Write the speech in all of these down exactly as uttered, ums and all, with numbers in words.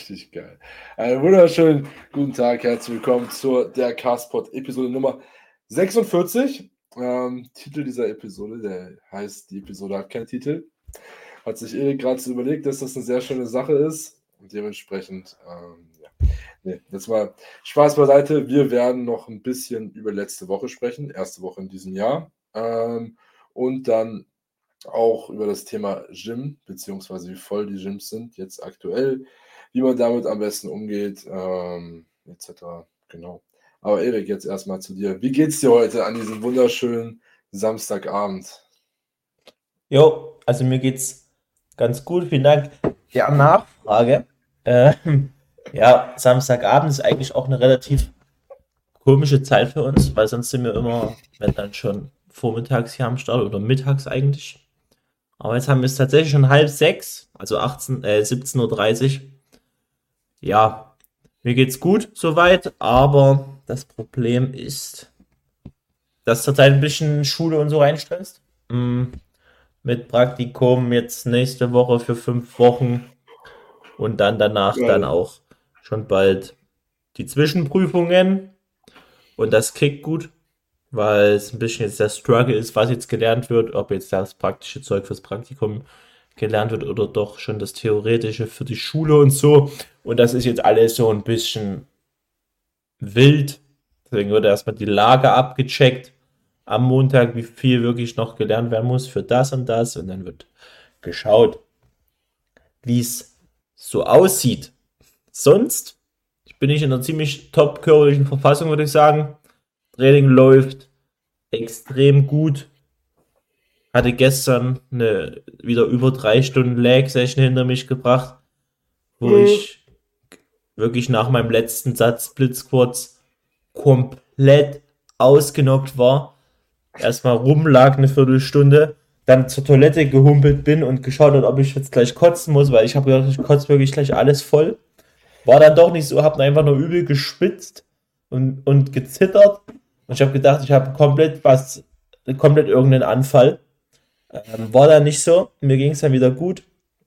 Richtig geil. Einen wunderschönen guten Tag, herzlich willkommen zur der Castpod Episode Nummer sechsundvierzig. Ähm, Titel dieser Episode, der heißt, die Episode hat keinen Titel. Hat sich Erik gerade so überlegt, dass das eine sehr schöne Sache ist und dementsprechend, ähm, ja. Nee, jetzt mal Spaß beiseite. Wir werden noch ein bisschen über letzte Woche sprechen, erste Woche in diesem Jahr, ähm, und dann auch über das Thema Gym, beziehungsweise wie voll die Gyms sind jetzt aktuell, wie man damit am besten umgeht, ähm, et cetera. Genau. Aber Erik, jetzt erstmal zu dir. Wie geht's dir heute an diesem wunderschönen Samstagabend? Jo, also mir geht's ganz gut. Vielen Dank der Nachfrage. Ähm, ja, Samstagabend ist eigentlich auch eine relativ komische Zeit für uns, weil sonst sind wir immer, wenn dann schon vormittags hier am Start oder mittags eigentlich. Aber jetzt haben wir es tatsächlich schon halb sechs, also achtzehn, äh, siebzehn Uhr dreißig. Ja, mir geht's gut soweit, aber das Problem ist, dass zurzeit ein bisschen Schule und so reinstresst. Mm, mit Praktikum jetzt nächste Woche für fünf Wochen und dann danach dann Geil. auch schon bald die Zwischenprüfungen und das kickt gut, weil es ein bisschen jetzt der Struggle ist, was jetzt gelernt wird, ob jetzt das praktische Zeug fürs Praktikum gelernt wird oder doch schon das Theoretische für die Schule und so. Und das ist jetzt alles so ein bisschen wild. Deswegen wird erstmal die Lage abgecheckt am Montag, wie viel wirklich noch gelernt werden muss für das und das. Und dann wird geschaut, wie es so aussieht. Sonst bin ich in einer ziemlich top körperlichen Verfassung, würde ich sagen. Training läuft extrem gut. Hatte gestern eine wieder über drei Stunden Lag-Session hinter mich gebracht, wo Äh, ich wirklich nach meinem letzten Satz Split Squats komplett ausgenockt war. Erstmal rumlag eine Viertelstunde, dann zur Toilette gehumpelt bin und geschaut hat, ob ich jetzt gleich kotzen muss, weil ich habe gedacht, ich kotze wirklich gleich alles voll. War dann doch nicht so, habe einfach nur übel gespitzt und, und gezittert. Und ich habe gedacht, ich habe komplett was, komplett irgendeinen Anfall. Ähm, war dann nicht so. Mir ging es dann wieder gut.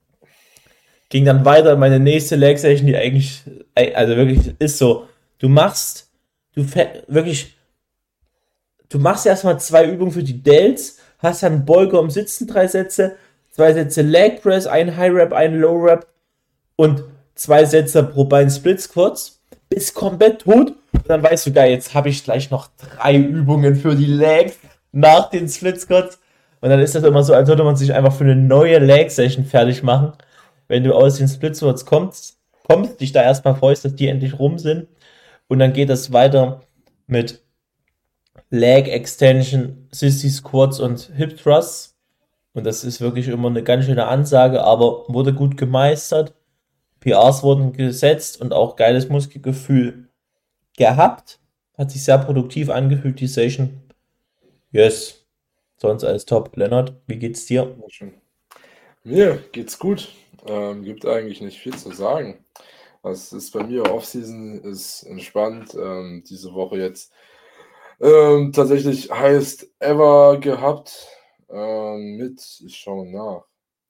Ging dann weiter in meine nächste Leg Session, die eigentlich, also wirklich ist so. Du machst, du wirklich, du machst erstmal zwei Übungen für die Delts, hast dann Beuger im Sitzen, drei Sätze, zwei Sätze Leg Press, ein High Rep, ein Low Rep und zwei Sätze pro Bein Split Squats, bist komplett tot. Und dann weißt du, geil, jetzt habe ich gleich noch drei Übungen für die Legs nach den Split Squats. Und dann ist das immer so, als würde man sich einfach für eine neue Leg Session fertig machen. Wenn du aus den Split Squats kommst, kommst, dich da erstmal freust, dass die endlich rum sind. Und dann geht das weiter mit Leg Extension, Sissy Squats und Hip Thrusts. Und das ist wirklich immer eine ganz schöne Ansage, aber wurde gut gemeistert. P Rs wurden gesetzt und auch geiles Muskelgefühl gehabt. Hat sich sehr produktiv angefühlt, die Session. Yes. Sonst alles top. Lennart, wie geht's dir? sehr schön. Mir geht's gut. Ähm, gibt eigentlich nicht viel zu sagen. Was ist bei mir? Offseason ist entspannt. Ähm, diese Woche jetzt ähm, tatsächlich highest ever gehabt. Ähm, mit, ich schaue nach,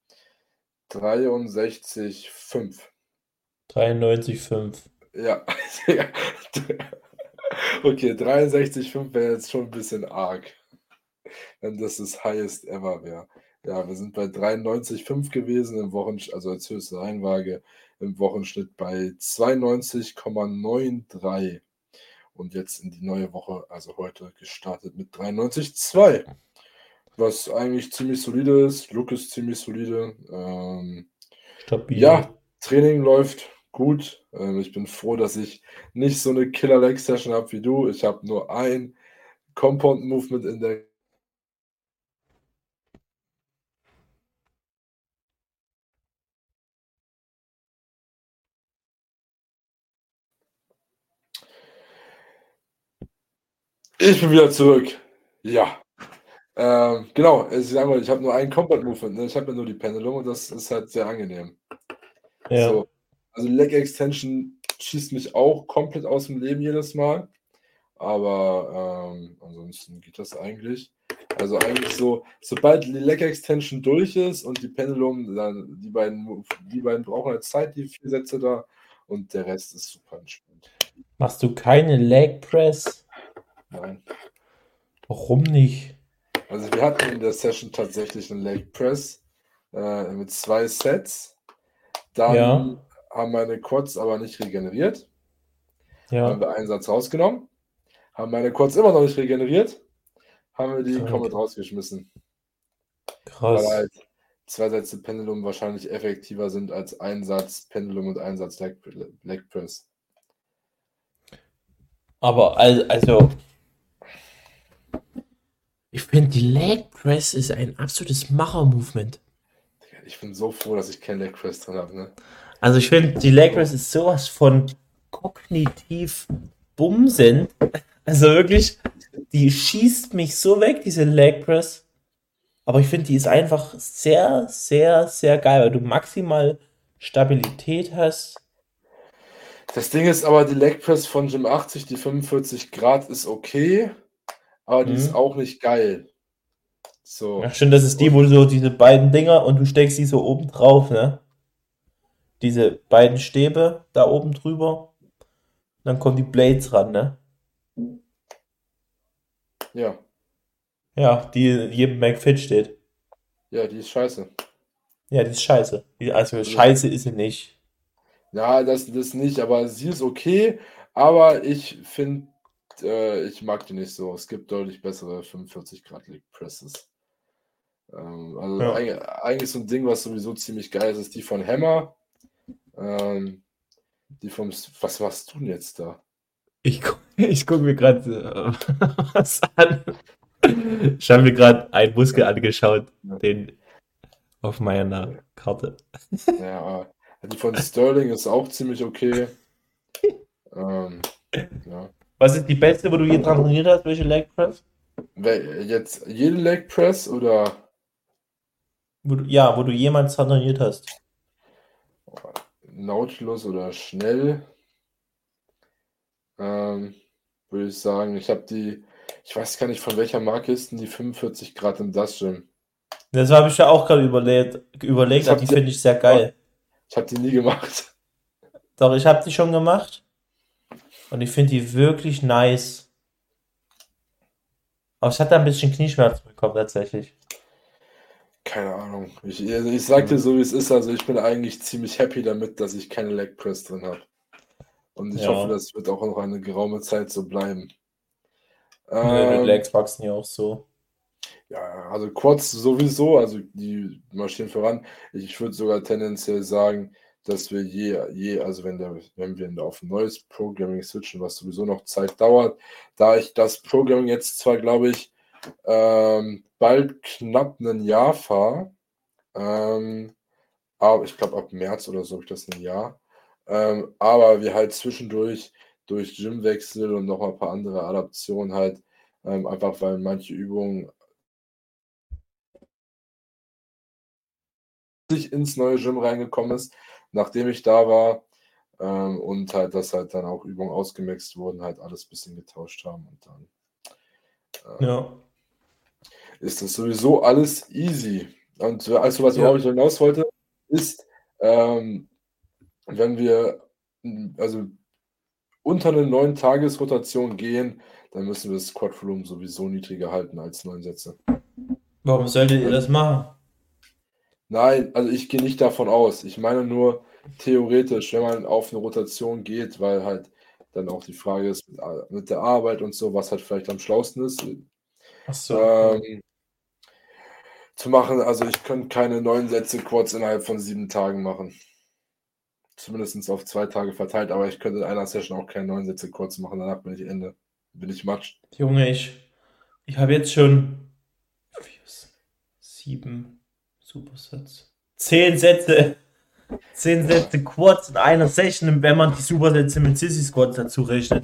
dreiundsechzig Komma fünf. dreiundneunzig Komma fünf. Ja, okay, dreiundsechzig Komma fünf wäre jetzt schon ein bisschen arg, wenn das das highest ever wäre. Ja, wir sind bei dreiundneunzig Komma fünf gewesen im Wochenschnitt, also als höchste Reihenwaage im Wochenschnitt bei zweiundneunzig Komma dreiundneunzig und jetzt in die neue Woche, also heute gestartet mit dreiundneunzig Komma zwei, was eigentlich ziemlich solide ist. Look ist ziemlich solide. Ähm, Stabil. ja, Training läuft gut. Ähm, ich bin froh, dass ich nicht so eine Killer-Leg-Session habe wie du. Ich habe nur ein Compound-Movement in der Ich bin wieder zurück. Ja. Ähm, genau, also ich sage mal, ich habe nur ein Compound Movement, ne? Ich habe ja nur die Pendulum und das ist halt sehr angenehm. Ja. So, also Leg Extension schießt mich auch komplett aus dem Leben jedes Mal, aber ähm, ansonsten geht das eigentlich. Also eigentlich so, sobald die Leg Extension durch ist und die Pendulum, dann die beiden, die beiden brauchen halt Zeit, die vier Sätze da, und der Rest ist super entspannt. Machst du keine Leg Press? Nein. Warum nicht? Also wir hatten in der Session tatsächlich einen Leg Press äh, mit zwei Sets. Dann Ja. haben meine Quads aber nicht regeneriert. Ja. Haben wir einen Satz rausgenommen. Haben meine Quads immer noch nicht regeneriert. Haben wir die Krank. komplett rausgeschmissen. Krass. Weil halt zwei Sätze Pendulum wahrscheinlich effektiver sind als ein Satz Pendulum und ein Satz Leg, Leg Press. Aber al- also, ich finde, die Leg Press ist ein absolutes Macher-Movement. Ich bin so froh, dass ich kein Leg Press drin habe. Ne? Also ich finde, die Leg Press ist sowas von kognitiv bumsend. Also wirklich, die schießt mich so weg, diese Leg Press. Aber ich finde, die ist einfach sehr, sehr, sehr geil, weil du maximal Stabilität hast. Das Ding ist aber, die Leg Press von Gym achtzig, die fünfundvierzig Grad ist okay, aber die Mhm. ist auch nicht geil. So. Ach stimmt, das ist die, wo du so diese beiden Dinger und du steckst die so oben drauf, ne? Diese beiden Stäbe da oben drüber. Dann kommen die Blades ran, ne? Ja, Ja, die in jedem McFit steht. ja, die ist scheiße. Ja, die ist scheiße. Die, also scheiße ist sie nicht. Ja, das, das nicht, aber sie ist okay, aber ich finde, äh, ich mag die nicht so. Es gibt deutlich bessere fünfundvierzig Grad Leg Presses. Ähm, also Ja. eigentlich, eigentlich so ein Ding, was sowieso ziemlich geil ist, ist die von Hammer. Ähm, die vom, was machst du denn jetzt da? Ich, gu- ich gucke mir gerade äh, was an. Ich habe mir gerade einen Muskel angeschaut, den auf meiner Karte. Ja, aber die von Sterling ist auch ziemlich okay. Ähm, ja. Was ist die beste, wo du je dran trainiert hast? Welche Leg Press? Wer- Jetzt jede Leg Press oder Wo du, ja, wo du jemals dran trainiert hast. Nautilus oder schnell? Ähm, würde ich sagen, ich habe die, ich weiß gar nicht, von welcher Marke ist denn die fünfundvierzig Grad im Das Gym. Das habe ich ja auch gerade überlegt, überlegt, Ich aber hab die die- finde ich sehr geil. Ich habe die nie gemacht. Doch, ich habe die schon gemacht und ich finde die wirklich nice. Aber ich hatte ein bisschen Knieschmerzen bekommen tatsächlich. Keine Ahnung. Ich, also ich sag dir so, wie es ist. Also ich bin eigentlich ziemlich happy damit, dass ich keine Leg Press drin habe. Und ich Ja. hoffe, das wird auch noch eine geraume Zeit so bleiben. Nö, die Ähm, Legs wachsen ja auch so. ja, also Quads sowieso, also die marschieren voran. Ich würde sogar tendenziell sagen, dass wir je, je also wenn, der, wenn wir auf ein neues Programming switchen, was sowieso noch Zeit dauert, da ich das Programming jetzt zwar, glaube ich, ähm, bald knapp ein Jahr fahre, ähm, aber ich glaube ab März oder so habe ich das ein Jahr, ähm, aber wir halt zwischendurch durch Gymwechsel und noch mal ein paar andere Adaptionen halt, ähm, einfach weil manche Übungen sich ins neue Gym reingekommen ist, nachdem ich da war, ähm, und halt, dass halt dann auch Übungen ausgemixt wurden, halt alles ein bisschen getauscht haben und dann äh, Ja. ist das sowieso alles easy. Und äh, also, was Ja. worauf ich hinaus wollte, ist, ähm, wenn wir m, also unter eine neun Tages-Rotation gehen, dann müssen wir das Squat-Volumen sowieso niedriger halten als neun Sätze. Warum solltet ihr das machen? Nein, also ich gehe nicht davon aus. Ich meine nur theoretisch, wenn man auf eine Rotation geht, weil halt dann auch die Frage ist mit, Ar- mit der Arbeit und so, was halt vielleicht am schlausten ist, Ach so. Okay. ähm, zu machen. Also ich könnte keine neun Sätze Quads innerhalb von sieben Tagen machen. Zumindest auf zwei Tage verteilt, aber ich könnte in einer Session auch keine neun Sätze Quads machen. Danach bin ich Ende. Bin ich Matsch. Junge, ich, ich habe jetzt schon vier, sieben Supersets. Zehn Sätze. Zehn Sätze Quads in einer Session, wenn man die Supersätze mit Sissy Squats dazu rechnet.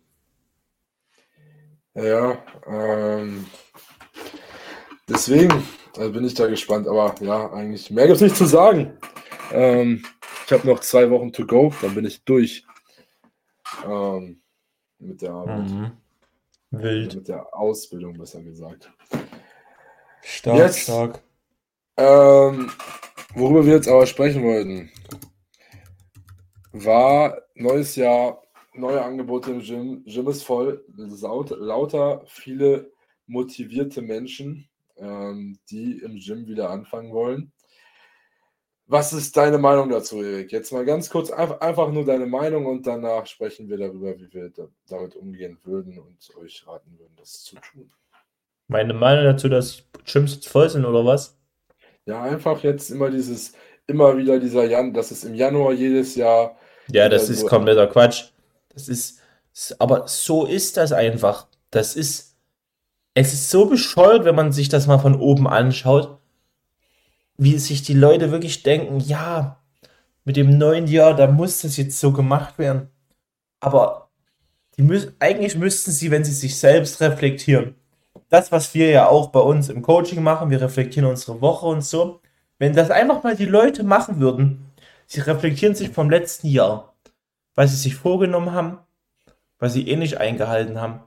Ja, ähm, deswegen also bin ich da gespannt. Aber ja, eigentlich mehr gibt es nicht zu sagen. Ähm, ich habe noch zwei Wochen to go, dann bin ich durch ähm, mit der Arbeit. Mhm. Oder Wild. mit der Ausbildung, besser gesagt. Stark, Jetzt, stark. ähm, worüber wir jetzt aber sprechen wollten. war neues Jahr, neue Angebote im Gym. Gym ist voll, saut, lauter viele motivierte Menschen, ähm, die im Gym wieder anfangen wollen. Was ist deine Meinung dazu, Erik? Jetzt mal ganz kurz, einfach, einfach nur deine Meinung und danach sprechen wir darüber, wie wir da, damit umgehen würden und euch raten würden, das zu tun. Meine Meinung dazu, dass Gyms jetzt voll sind oder was? Ja, einfach jetzt immer dieses, immer wieder dieser Jan, das ist im Januar jedes Jahr Ja, wieder das ist so. kompletter Quatsch. Das ist, s- aber so ist das einfach. Das ist, es ist so bescheuert, wenn man sich das mal von oben anschaut, wie sich die Leute wirklich denken, ja, mit dem neuen Jahr, da muss das jetzt so gemacht werden. Aber die müssen, eigentlich müssten sie, wenn sie sich selbst reflektieren, das, was wir ja auch bei uns im Coaching machen, wir reflektieren unsere Woche und so, wenn das einfach mal die Leute machen würden, sie reflektieren sich vom letzten Jahr, was sie sich vorgenommen haben, was sie eh nicht eingehalten haben.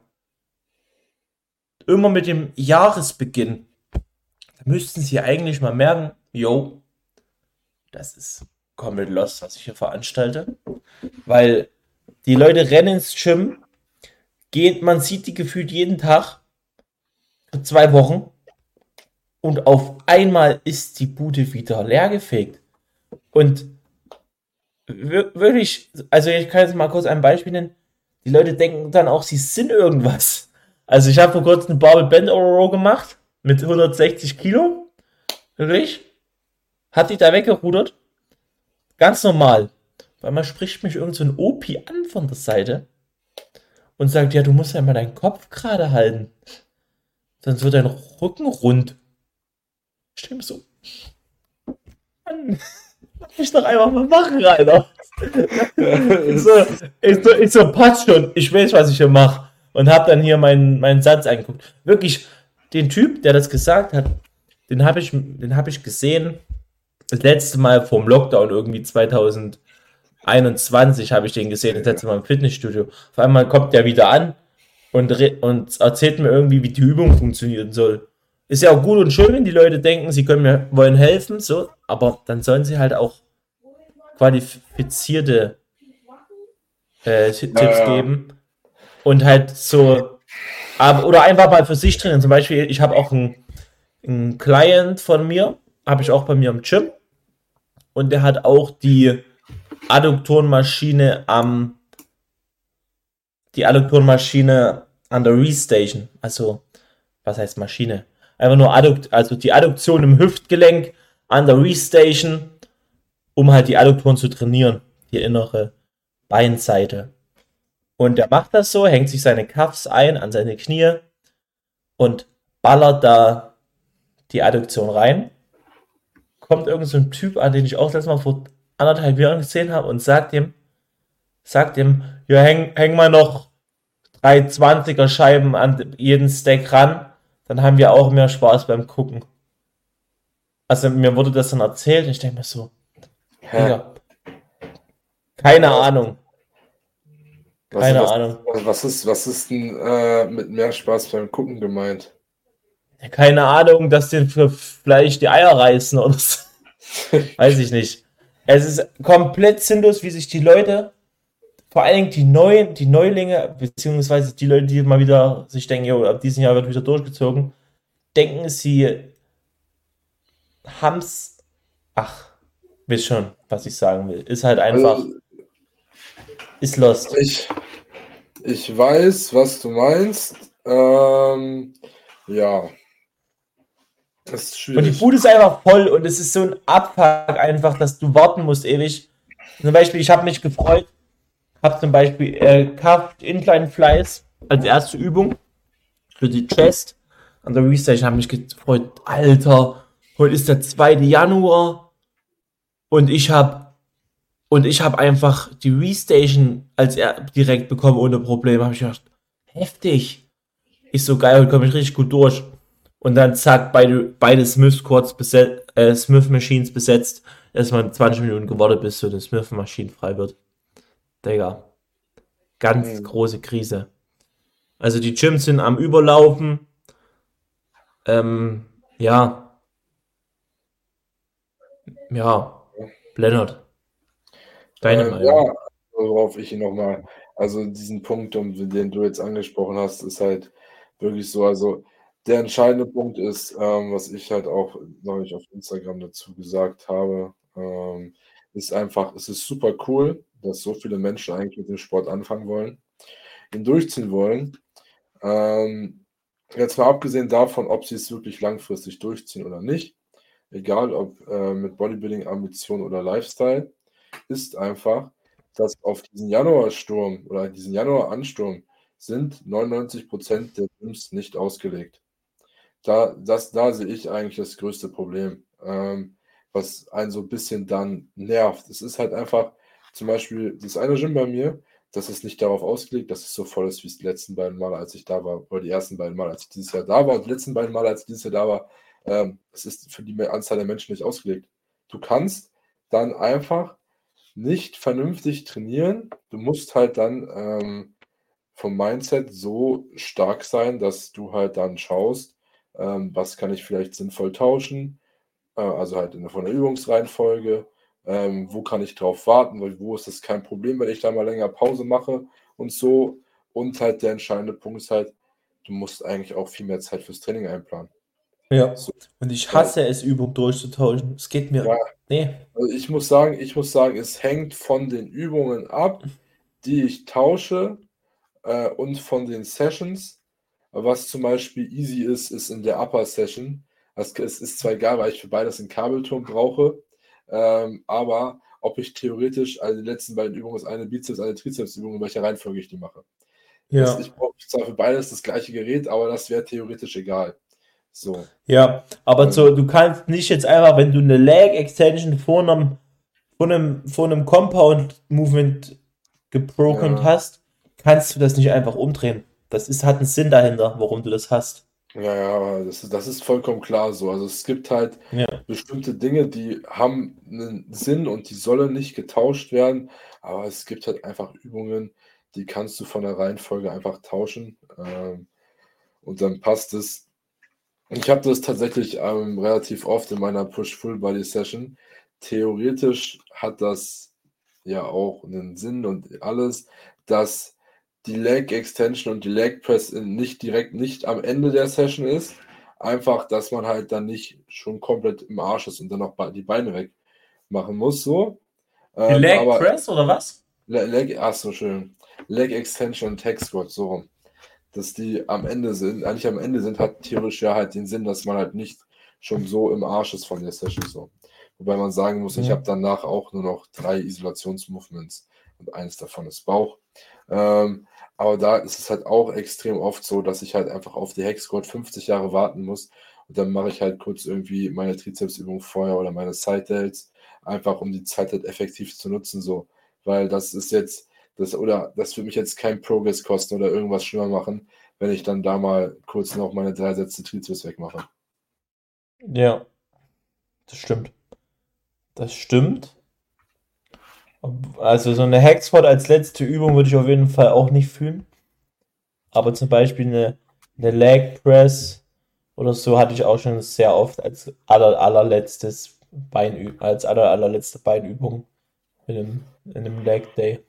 Immer mit dem Jahresbeginn, da müssten sie eigentlich mal merken, yo, das ist komplett lost, was ich hier veranstalte. Weil die Leute rennen ins Gym, gehen, man sieht die gefühlt jeden Tag für zwei Wochen und auf einmal ist die Bude wieder leergefegt. Und wir- wirklich, also ich kann jetzt mal kurz ein Beispiel nennen. Die Leute denken dann auch, sie sind irgendwas. Also ich habe vor kurzem eine Barbell Bend Over Row gemacht mit hundertsechzig Kilo. Wirklich? Hat die da weggerudert. Ganz normal. Weil man spricht mich irgend so ein O P an von der Seite und sagt, ja, du musst ja mal deinen Kopf gerade halten. Sonst wird dein Rücken rund. Ich stehe mir so, Mann, lass mich doch einfach mal machen, Alter. Ich so, ich so, ich so, passt schon, ich weiß, was ich hier mache. Und hab dann hier meinen, meinen Satz angeguckt. Wirklich, den Typ, der das gesagt hat, den habe ich, den hab ich gesehen, das letzte Mal vorm Lockdown, irgendwie zweitausendeinundzwanzig habe ich den gesehen, das letzte Mal im Fitnessstudio. Auf einmal kommt der wieder an und, re- und erzählt mir irgendwie, wie die Übung funktionieren soll. Ist ja auch gut und schön, wenn die Leute denken, sie können mir wollen helfen, so, aber dann sollen sie halt auch qualifizierte äh, Ti- Ja, Tipps ja. geben und halt so, aber, oder einfach mal für sich trainieren. Zum Beispiel, ich habe auch einen, einen Client von mir, habe ich auch bei mir im Gym und der hat auch die Adduktorenmaschine am, die Adduktorenmaschine an der Restation. Also, was heißt Maschine? Einfach nur Addukt, also die Adduktion im Hüftgelenk an der Restation, um halt die Adduktoren zu trainieren, die innere Beinseite. Und der macht das so, hängt sich seine Cuffs ein an seine Knie und ballert da die Adduktion rein. Kommt irgend so ein Typ an, den ich auch letztes Mal vor anderthalb Jahren gesehen habe und sagt ihm, sagt ihm, ja, häng, häng mal noch drei zwanziger Scheiben an jeden Stack ran, dann haben wir auch mehr Spaß beim Gucken. Also mir wurde das dann erzählt und ich denke mir so, Hä? Digga, keine Was, Ahnung, was, keine was, Ahnung. was ist, was ist denn äh, mit mehr Spaß beim Gucken gemeint? Ja, keine Ahnung, dass den für Fleisch die Eier reißen oder so. Weiß ich nicht. Es ist komplett sinnlos, wie sich die Leute, vor allen Dingen die Neuen, die Neulinge, beziehungsweise die Leute, die mal wieder sich denken, jo, ab diesem Jahr wird wieder durchgezogen, denken, sie haben's. Ach, wisst schon, was ich sagen will. Ist halt einfach, Also, ist lost. ich, ich weiß, was du meinst. Ähm, ja, das ist Und die schwierig. Bude ist einfach voll und es ist so ein Abfuck einfach, dass du warten musst ewig. Zum Beispiel, ich habe mich gefreut, habe zum Beispiel äh, Cuffed Incline Flies als erste Übung für die Chest an der Restation. Habe mich gefreut, Alter, heute ist der zweite Januar und ich habe und ich habe einfach die Restation als er direkt bekommen ohne Probleme. Habe ich gedacht, heftig. Ist so geil, heute komme ich richtig gut durch. Und dann zack, beide, beide Smiths kurz besetzt, äh, Smith Machines besetzt. Erstmal zwanzig Minuten gewartet, bis so eine Smith Maschine frei wird. Digga, ganz Hm. große Krise. Also die Gyms sind am Überlaufen. Ähm, ja, ja, Lennart, deine Ähm, ja, Meinung. worauf ich ihn nochmal, also diesen Punkt, um den du jetzt angesprochen hast, ist halt wirklich so, also der entscheidende Punkt ist, ähm, was ich halt auch neulich auf Instagram dazu gesagt habe, ähm, ist einfach, es ist super cool, dass so viele Menschen eigentlich mit dem Sport anfangen wollen, ihn durchziehen wollen. Ähm, jetzt mal abgesehen davon, ob sie es wirklich langfristig durchziehen oder nicht, egal ob äh, mit Bodybuilding-Ambition oder Lifestyle, ist einfach, dass auf diesen Januarsturm oder diesen Januar-Ansturm sind neunundneunzig Prozent der Gyms nicht ausgelegt. Da, das, da sehe ich eigentlich das größte Problem, ähm, was einen so ein bisschen dann nervt. Es ist halt einfach, zum Beispiel, das eine Gym bei mir, das ist nicht darauf ausgelegt, dass es so voll ist wie die letzten beiden Male, als ich da war, oder die ersten beiden Male, als ich dieses Jahr da war, und die letzten beiden Male, als ich dieses Jahr da war, ähm, es ist für die Anzahl der Menschen nicht ausgelegt. Du kannst dann einfach nicht vernünftig trainieren. Du musst halt dann ähm, vom Mindset so stark sein, dass du halt dann schaust, ähm, was kann ich vielleicht sinnvoll tauschen, äh, also halt in, von der Übungsreihenfolge, ähm, wo kann ich drauf warten, weil wo ist es kein Problem, wenn ich da mal länger Pause mache und so. Und halt der entscheidende Punkt ist halt, du musst eigentlich auch viel mehr Zeit fürs Training einplanen. Ja. So, Und ich weil, hasse es, Übung durchzutauschen. Es geht ja, mir. Nee. also ich muss sagen, ich muss sagen, es hängt von den Übungen ab, die ich tausche, äh, und von den Sessions. Was zum Beispiel easy ist, ist in der Upper Session. Es es ist zwar egal, weil ich für beides einen Kabelturm brauche, ähm, aber ob ich theoretisch, also die letzten beiden Übungen ist eine Bizeps, eine Trizepsübung, in welcher Reihenfolge ich die mache. Das, Ja. ich brauche zwar für beides das gleiche Gerät, aber das wäre theoretisch egal. So. Ja. Aber so, Ähm, du kannst nicht jetzt einfach, wenn du eine Leg Extension vor einem, vor einem, vor einem Compound Movement geprogrammt ja, hast, kannst du das nicht einfach umdrehen. Das ist, hat einen Sinn dahinter, warum du das hast. ja, ja, das ist, das ist vollkommen klar so. Also es gibt halt Ja. bestimmte Dinge, die haben einen Sinn und die sollen nicht getauscht werden, aber es gibt halt einfach Übungen, die kannst du von der Reihenfolge einfach tauschen, ähm, und dann passt es. Ich habe das tatsächlich ähm, relativ oft in meiner Push-Full-Body-Session. Theoretisch hat das ja auch einen Sinn und alles, dass die Leg Extension und die Leg Press in- nicht direkt nicht am Ende der Session ist. Einfach, dass man halt dann nicht schon komplett im Arsch ist und dann noch be- die Beine weg machen muss, so. Die Ähm, Leg aber Press oder was? Le- Leg, ach so schön. Leg Extension und Tech Squat, so rum. Dass die am Ende sind, eigentlich am Ende sind, hat theoretisch ja halt den Sinn, dass man halt nicht schon so im Arsch ist von der Session, so. Wobei man sagen muss, ich habe Mhm. danach auch nur noch drei Isolationsmovements und eines davon ist Bauch. Ähm, aber da ist es halt auch extrem oft so, dass ich halt einfach auf die Hex Squat fünfzig Jahre warten muss und dann mache ich halt kurz irgendwie meine Trizepsübung vorher oder meine Side Delts, einfach um die Zeit halt effektiv zu nutzen, so. Weil das ist jetzt, das, oder das wird mich jetzt kein Progress kosten oder irgendwas schlimmer machen, wenn ich dann da mal kurz noch meine drei Sätze Trizeps wegmache. Ja, das stimmt. Das stimmt. Also so eine Hack Squat als letzte Übung würde ich auf jeden Fall auch nicht fühlen. Aber zum Beispiel eine, eine Leg Press oder so hatte ich auch schon sehr oft als aller, allerletztes Beinü als aller, allerletzte Beinübung in einem, in einem Leg Day.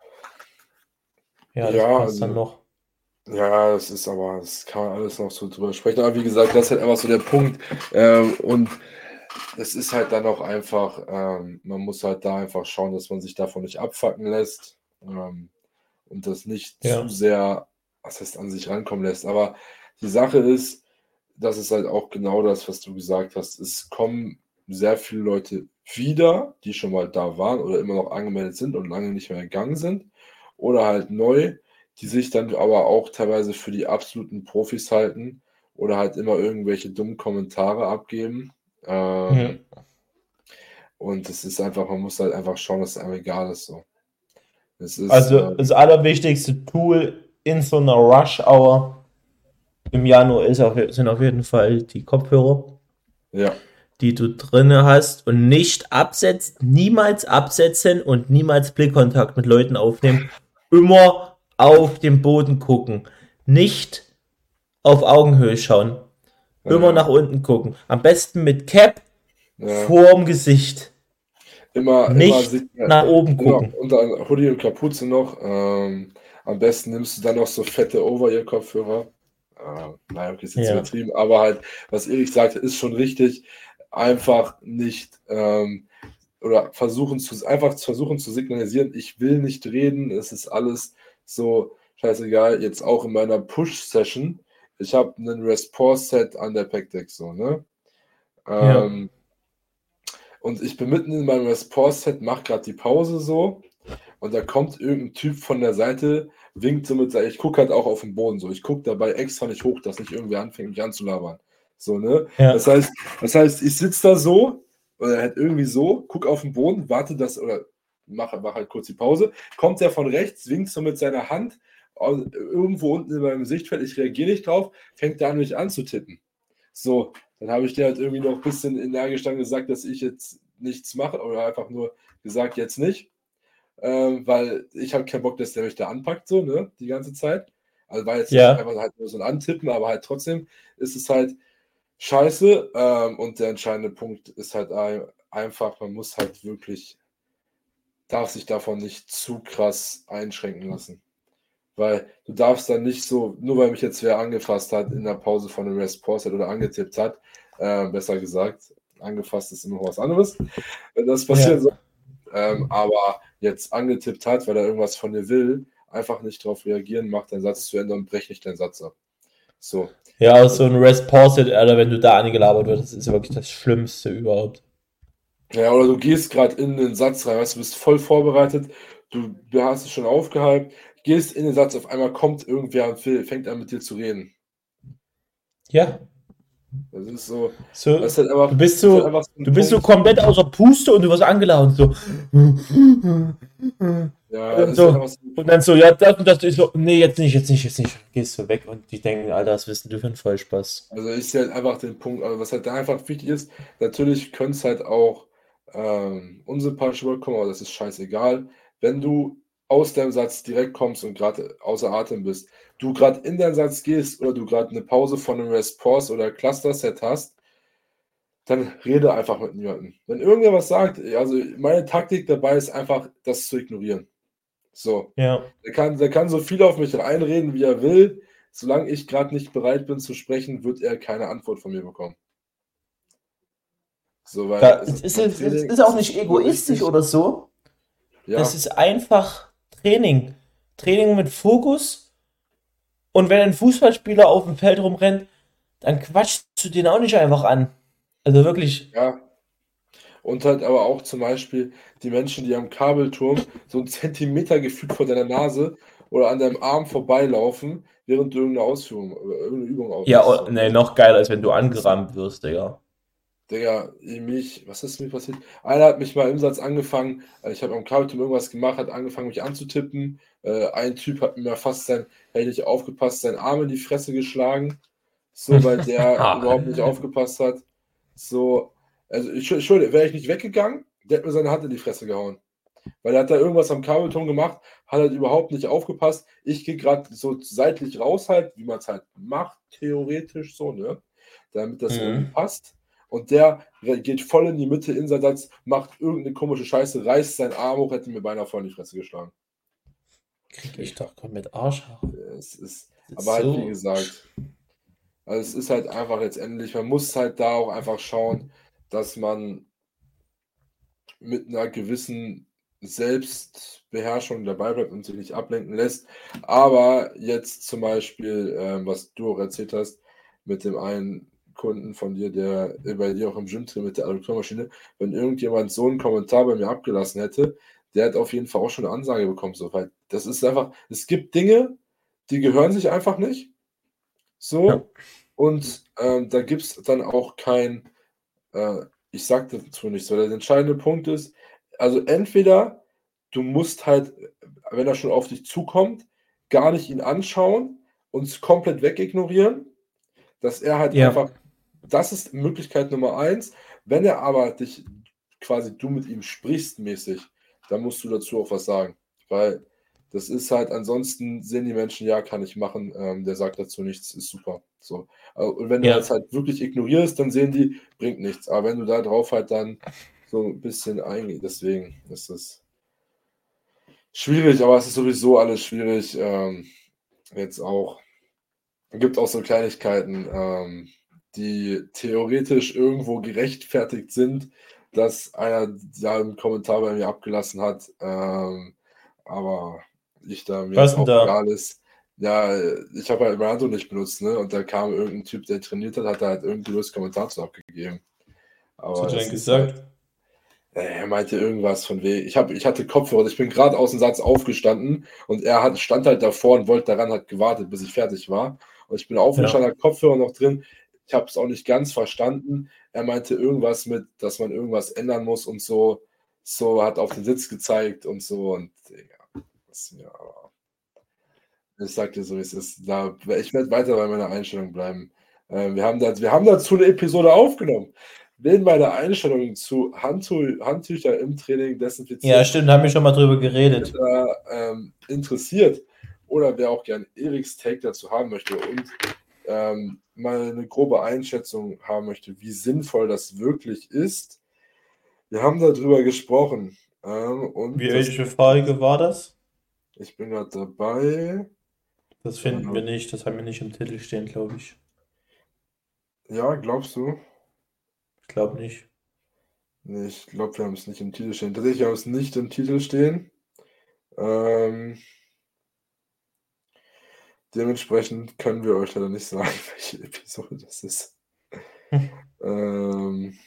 Ja, das Ja, passt dann also, noch. ja, das ist aber, das kann man alles noch so drüber sprechen. Aber wie gesagt, das ist halt einfach so der Punkt. Ähm, und es ist halt dann auch einfach, ähm, man muss halt da einfach schauen, dass man sich davon nicht abfacken lässt, ähm, und das nicht zu Ja. sehr, was heißt, an sich rankommen lässt. Aber die Sache ist, das ist halt auch genau das, was du gesagt hast. Es kommen sehr viele Leute wieder, die schon mal da waren oder immer noch angemeldet sind und lange nicht mehr gegangen sind. Oder halt neu, die sich dann aber auch teilweise für die absoluten Profis halten oder halt immer irgendwelche dummen Kommentare abgeben. Ja. Ähm, und es ist einfach, man muss halt einfach schauen, dass es einem egal ist. So. Es ist, Also äh, das allerwichtigste Tool in so einer Rush Hour im Januar ist auf, sind auf jeden Fall die Kopfhörer, ja, die du drinne hast und nicht absetzt, niemals absetzen und niemals Blickkontakt mit Leuten aufnehmen. Immer auf den Boden gucken. Nicht auf Augenhöhe schauen. Immer nach ja, unten gucken. Am besten mit Cap ja. vorm Gesicht. immer, immer Nicht sich, nach oben genau, gucken. unter Hoodie und Kapuze noch. Ähm, am besten nimmst du dann noch so fette Over-Ear-Kopfhörer. Äh, naja, okay, ist jetzt Ja. übertrieben, aber halt, was Erik sagte, ist schon richtig. Einfach nicht ähm, oder versuchen zu, einfach zu versuchen zu signalisieren, ich will nicht reden, es ist alles so scheißegal. Jetzt auch in meiner Push-Session, ich habe einen Response-Set an der Pack-Deck, so, ne? Ja. Ähm, und ich bin mitten in meinem Response-Set, mach gerade die Pause so und da kommt irgendein Typ von der Seite, winkt so mit, seinem- ich gucke halt auch auf den Boden so, ich gucke dabei extra nicht hoch, dass nicht irgendwer anfängt, mich anzulabern. So, ne? Das Ja. heißt, das heißt, ich sitze da so, oder halt irgendwie so, guck auf den Boden, warte das, oder mache mach halt kurz die Pause, kommt der von rechts, winkt so mit seiner Hand au- irgendwo unten in meinem Sichtfeld, ich reagiere nicht drauf, fängt der an, mich anzutippen. So, dann habe ich dir halt irgendwie noch ein bisschen energisch dann gesagt, dass ich jetzt nichts mache, oder einfach nur gesagt, jetzt nicht. Ähm, weil ich habe keinen Bock, dass der mich da anpackt, so, ne, die ganze Zeit. Also war jetzt nicht Ja. einfach halt nur so ein Antippen, aber halt trotzdem ist es halt scheiße. Ähm, und der entscheidende Punkt ist halt ein, einfach, man muss halt wirklich, darf sich davon nicht zu krass einschränken lassen. Weil du darfst dann nicht so, nur weil mich jetzt wer angefasst hat in der Pause von einem Response oder angetippt hat, äh, besser gesagt, angefasst ist immer was anderes, wenn das passieren soll. Ja. Ähm, aber jetzt angetippt hat, weil er irgendwas von dir will, einfach nicht darauf reagieren, mach deinen Satz zu Ende und brech nicht deinen Satz ab. So. Ja, auch so ein Rest-Pause, Alter, wenn du da angelabert wird, das ist ja wirklich das Schlimmste überhaupt. Ja, oder du gehst gerade in den Satz rein, weißt du, bist voll vorbereitet, du, du hast es schon aufgehypt, gehst in den Satz, auf einmal kommt irgendwer und will- fängt an mit dir zu reden. Ja. Das ist so, das So, ist halt einfach, du bist das ist halt so, einfach so ein du bist so Punkt. komplett außer Puste und du wirst angelaufen. So. Und Ja, dann das ist halt so, einfach so. und dann so, ja, das und das ist so, nee, jetzt nicht, jetzt nicht, jetzt nicht. Gehst du weg und die denken, Alter, was bist denn du für ein Vollspaß? Also ich sehe halt einfach den Punkt, also was halt da einfach wichtig ist, natürlich können es halt auch ähm, unsympathisch rüberkommen, aber das ist scheißegal. Wenn du aus deinem Satz direkt kommst und gerade außer Atem bist, du gerade in deinen Satz gehst oder du gerade eine Pause von einem Response oder Cluster-Set hast, dann rede einfach mit niemandem. Wenn irgendwer was sagt, also meine Taktik dabei ist einfach, das zu ignorieren. So. Ja. Der kann, der kann so viel auf mich reinreden, wie er will. Solange ich gerade nicht bereit bin zu sprechen, wird er keine Antwort von mir bekommen. So, weil Da, es es ist ist, beim es Training, ist es auch ist nicht super egoistisch wichtig. oder so. Das Ja, ist einfach Training. Training mit Fokus. Und wenn ein Fußballspieler auf dem Feld rumrennt, dann quatschst du den auch nicht einfach an. Also wirklich, ja. Und halt aber auch zum Beispiel die Menschen, die am Kabelturm so einen Zentimeter gefühlt vor deiner Nase oder an deinem Arm vorbeilaufen, während du irgendeine Ausführung, oder irgendeine Übung ja, ausführst. oh, So, nee, ne? noch geiler, als wenn du Das ist, angerammt wirst, Digga. Digga, mich, was ist mir passiert? Einer hat mich mal im Satz angefangen, äh, ich habe am Kabelturm irgendwas gemacht, hat angefangen, mich anzutippen. Äh, ein Typ hat mir fast sein, hätte ich nicht aufgepasst, seinen Arm in die Fresse geschlagen. So, weil der überhaupt nicht aufgepasst hat. So, also ich, Entschuldigung, wäre ich nicht weggegangen, der hat mir seine Hand in die Fresse gehauen. Weil er hat da irgendwas am Kabelturm gemacht, hat halt überhaupt nicht aufgepasst. Ich gehe gerade so seitlich raus halt, wie man es halt macht, theoretisch so, ne? Damit das irgendwie Mhm. passt. Und der geht voll in die Mitte in seinen Satz, macht irgendeine komische Scheiße, reißt seinen Arm hoch, hätte mir beinahe voll in die Fresse geschlagen. Krieg ich doch komplett Arschhaare. Es ist, Das aber ist halt, wie so. gesagt, also es ist halt einfach letztendlich, man muss halt da auch einfach schauen, dass man mit einer gewissen Selbstbeherrschung dabei bleibt und sich nicht ablenken lässt. Aber jetzt zum Beispiel, ähm, was du auch erzählt hast, mit dem einen Kunden von dir, der äh, bei dir auch im Gym trainiert mit der Adduktormaschine, wenn irgendjemand so einen Kommentar bei mir abgelassen hätte, der hat auf jeden Fall auch schon eine Ansage bekommen, so, weil das ist einfach, es gibt Dinge, die gehören sich einfach nicht. Ja. So, und ähm, da gibt es dann auch kein, äh, ich sag dazu nichts, weil der entscheidende Punkt ist, also entweder du musst halt, wenn er schon auf dich zukommt, gar nicht ihn anschauen und es komplett wegignorieren, dass er halt Ja. einfach, das ist Möglichkeit Nummer eins. Wenn er aber dich quasi du mit ihm sprichst mäßig, dann musst du dazu auch was sagen, weil das ist halt, ansonsten sehen die Menschen, ja, kann ich machen, ähm, der sagt dazu nichts, ist super. So. Äh, Und wenn du Ja. das halt wirklich ignorierst, dann sehen die, bringt nichts. Aber wenn du da drauf halt dann so ein bisschen eingeht. Deswegen ist es schwierig, aber es ist sowieso alles schwierig. Ähm, jetzt auch, es gibt auch so Kleinigkeiten, ähm, die theoretisch irgendwo gerechtfertigt sind, dass einer da einen Kommentar bei mir abgelassen hat, ähm, aber ich da mir Was das denn auch da? egal ist. Ja, ich habe halt Marathon nicht benutzt, ne? Und da kam irgendein Typ, der trainiert hat, hat da halt irgendwie blödes Kommentar zu abgegeben. Was Aber hat er denn das ist halt, gesagt? äh, er meinte irgendwas von wegen, ich, hab, ich hatte Kopfhörer, ich bin gerade aus dem Satz aufgestanden und er hat, stand halt davor und wollte daran, hat gewartet, bis ich fertig war. Und ich bin Ja. aufgestanden, hat Kopfhörer noch drin. Ich habe es auch nicht ganz verstanden. Er meinte irgendwas mit, dass man irgendwas ändern muss und so. So hat auf den Sitz gezeigt und so. Und ja, das, ja, ich sag dir so, wie es ist. Da, ich werde weiter bei meiner Einstellung bleiben. Äh, wir, haben da, wir haben dazu eine Episode aufgenommen. Wen meine Einstellung zu Handtu Handtücher im Training Ja, desinfizieren stimmt, da haben wir schon mal drüber geredet. da, ähm, interessiert oder wer auch gern Eriks Take dazu haben möchte und ähm, mal eine grobe Einschätzung haben möchte, wie sinnvoll das wirklich ist. Wir haben darüber gesprochen ähm, und Wie, das, welche Folge war das? ich bin gerade dabei. Das finden wir Ähm, nicht, das haben wir nicht im Titel stehen, glaube ich. ja, glaubst du? Ich glaube nicht. Nee, ich glaube, wir haben es nicht im Titel stehen. Tatsächlich haben wir es nicht im Titel stehen. Ähm, dementsprechend können wir euch leider nicht sagen, welche Episode das ist. Ähm,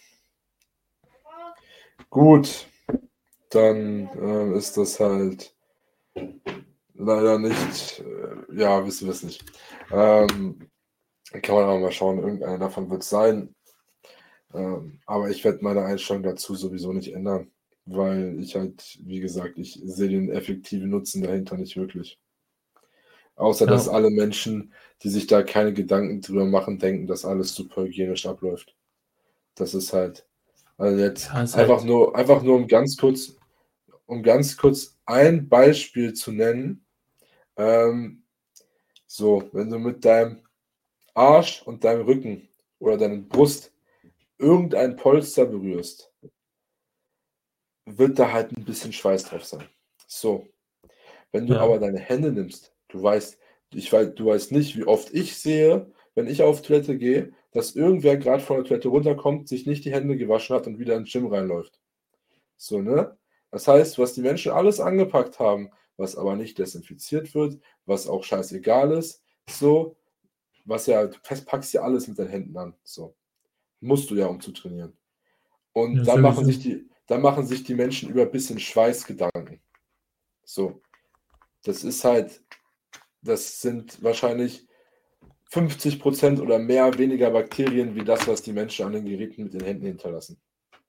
gut, dann ähm, ist das halt leider nicht, äh, ja, wissen wir es nicht. Ähm, kann man aber mal schauen, irgendeiner davon wird es sein. Ähm, aber ich werde meine Einstellung dazu sowieso nicht ändern, weil ich halt, wie gesagt, ich sehe den effektiven Nutzen dahinter nicht wirklich. Außer dass Ja. alle Menschen, die sich da keine Gedanken drüber machen, denken, dass alles super hygienisch abläuft. Das ist halt, also jetzt Ja, ist einfach halt. nur, einfach nur um ganz kurz, um ganz kurz ein Beispiel zu nennen. Ähm, so, wenn du mit deinem Arsch und deinem Rücken oder deiner Brust irgendein Polster berührst, wird da halt ein bisschen Schweiß drauf sein. So, wenn du Ja. aber deine Hände nimmst, du weißt, ich weiß, du weißt nicht, wie oft ich sehe, wenn ich auf Toilette gehe, dass irgendwer gerade von der Toilette runterkommt, sich nicht die Hände gewaschen hat und wieder ins Gym reinläuft. So, ne? Das heißt, was die Menschen alles angepackt haben, was aber nicht desinfiziert wird, was auch scheißegal ist, so, was ja, du packst ja alles mit deinen Händen an. So. Musst du ja, um zu trainieren. Ja, Und dann machen sich sowieso. die, dann machen sich die Menschen über ein bisschen Schweiß Gedanken. So. Das ist halt, das sind wahrscheinlich fünfzig Prozent oder mehr weniger Bakterien wie das, was die Menschen an den Geräten mit den Händen hinterlassen.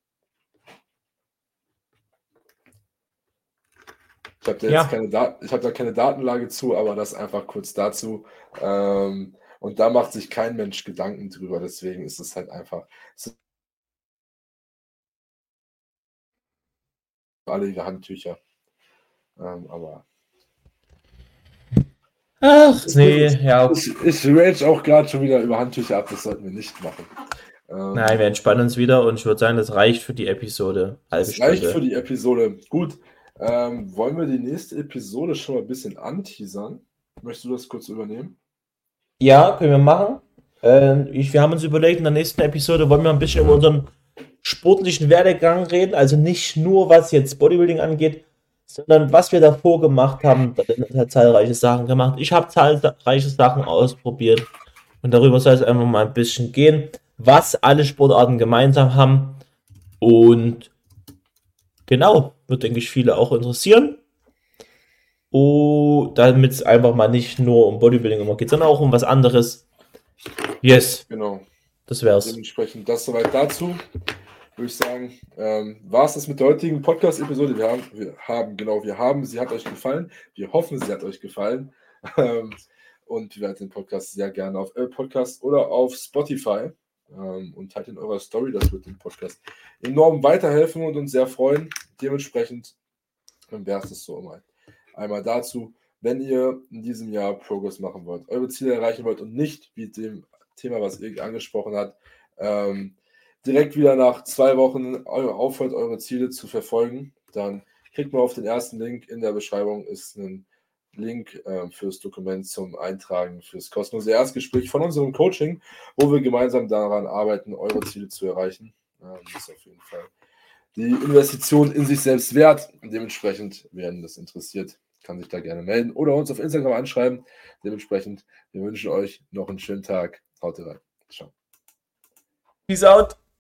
Ich habe da jetzt Ja. keine, Dat ich hab da keine Datenlage zu, aber das einfach kurz dazu. Ähm, und da macht sich kein Mensch Gedanken drüber. Deswegen ist es halt einfach, es sind alle ihre Handtücher. Ähm, aber Ach, ich, nee, ja. ich, ich rage auch gerade schon wieder über Handtücher ab. Das sollten wir nicht machen. Nein, Ähm, wir entspannen uns wieder und ich würde sagen, das reicht für die Episode. Halbe das reicht für Stunde. die Episode. Gut. Ähm, wollen wir die nächste Episode schon mal ein bisschen anteasern? Möchtest du das kurz übernehmen? Ja, können wir machen. Ähm, ich, wir haben uns überlegt, in der nächsten Episode wollen wir ein bisschen über unseren sportlichen Werdegang reden. Also nicht nur, was jetzt Bodybuilding angeht, sondern was wir davor gemacht haben. Da hat zahlreiche Sachen gemacht. Ich habe zahlreiche Sachen ausprobiert. Und darüber soll es einfach mal ein bisschen gehen, was alle Sportarten gemeinsam haben. Und genau, wird, denke ich, viele auch interessieren. Oh, damit es einfach mal nicht nur um Bodybuilding immer geht, sondern auch um was anderes. Yes, Genau. das wär's. Dementsprechend das soweit dazu. Würde ich sagen, ähm, war es das mit der heutigen Podcast-Episode. Wir haben, wir haben, genau, wir haben, sie hat euch gefallen. Wir hoffen, sie hat euch gefallen. Ähm, und wir werden den Podcast sehr gerne auf Apple Podcast oder auf Spotify ähm, und teilt in eurer Story. Das wird dem Podcast enorm weiterhelfen und uns sehr freuen. Dementsprechend wäre es so immer. Einmal dazu, wenn ihr in diesem Jahr Progress machen wollt, eure Ziele erreichen wollt und nicht, wie dem Thema, was Erik angesprochen hat, ähm, direkt wieder nach zwei Wochen aufhört, eure Ziele zu verfolgen, dann klickt mal auf den ersten Link in der Beschreibung, ist ein Link äh, fürs Dokument zum Eintragen, fürs kostenlose Erstgespräch von unserem Coaching, wo wir gemeinsam daran arbeiten, eure Ziele zu erreichen. Ähm, das ist auf jeden Fall die Investition in sich selbst wert. Dementsprechend, wer das interessiert, kann sich da gerne melden oder uns auf Instagram anschreiben. Dementsprechend, wir wünschen euch noch einen schönen Tag. Haut rein. Ciao. Peace out.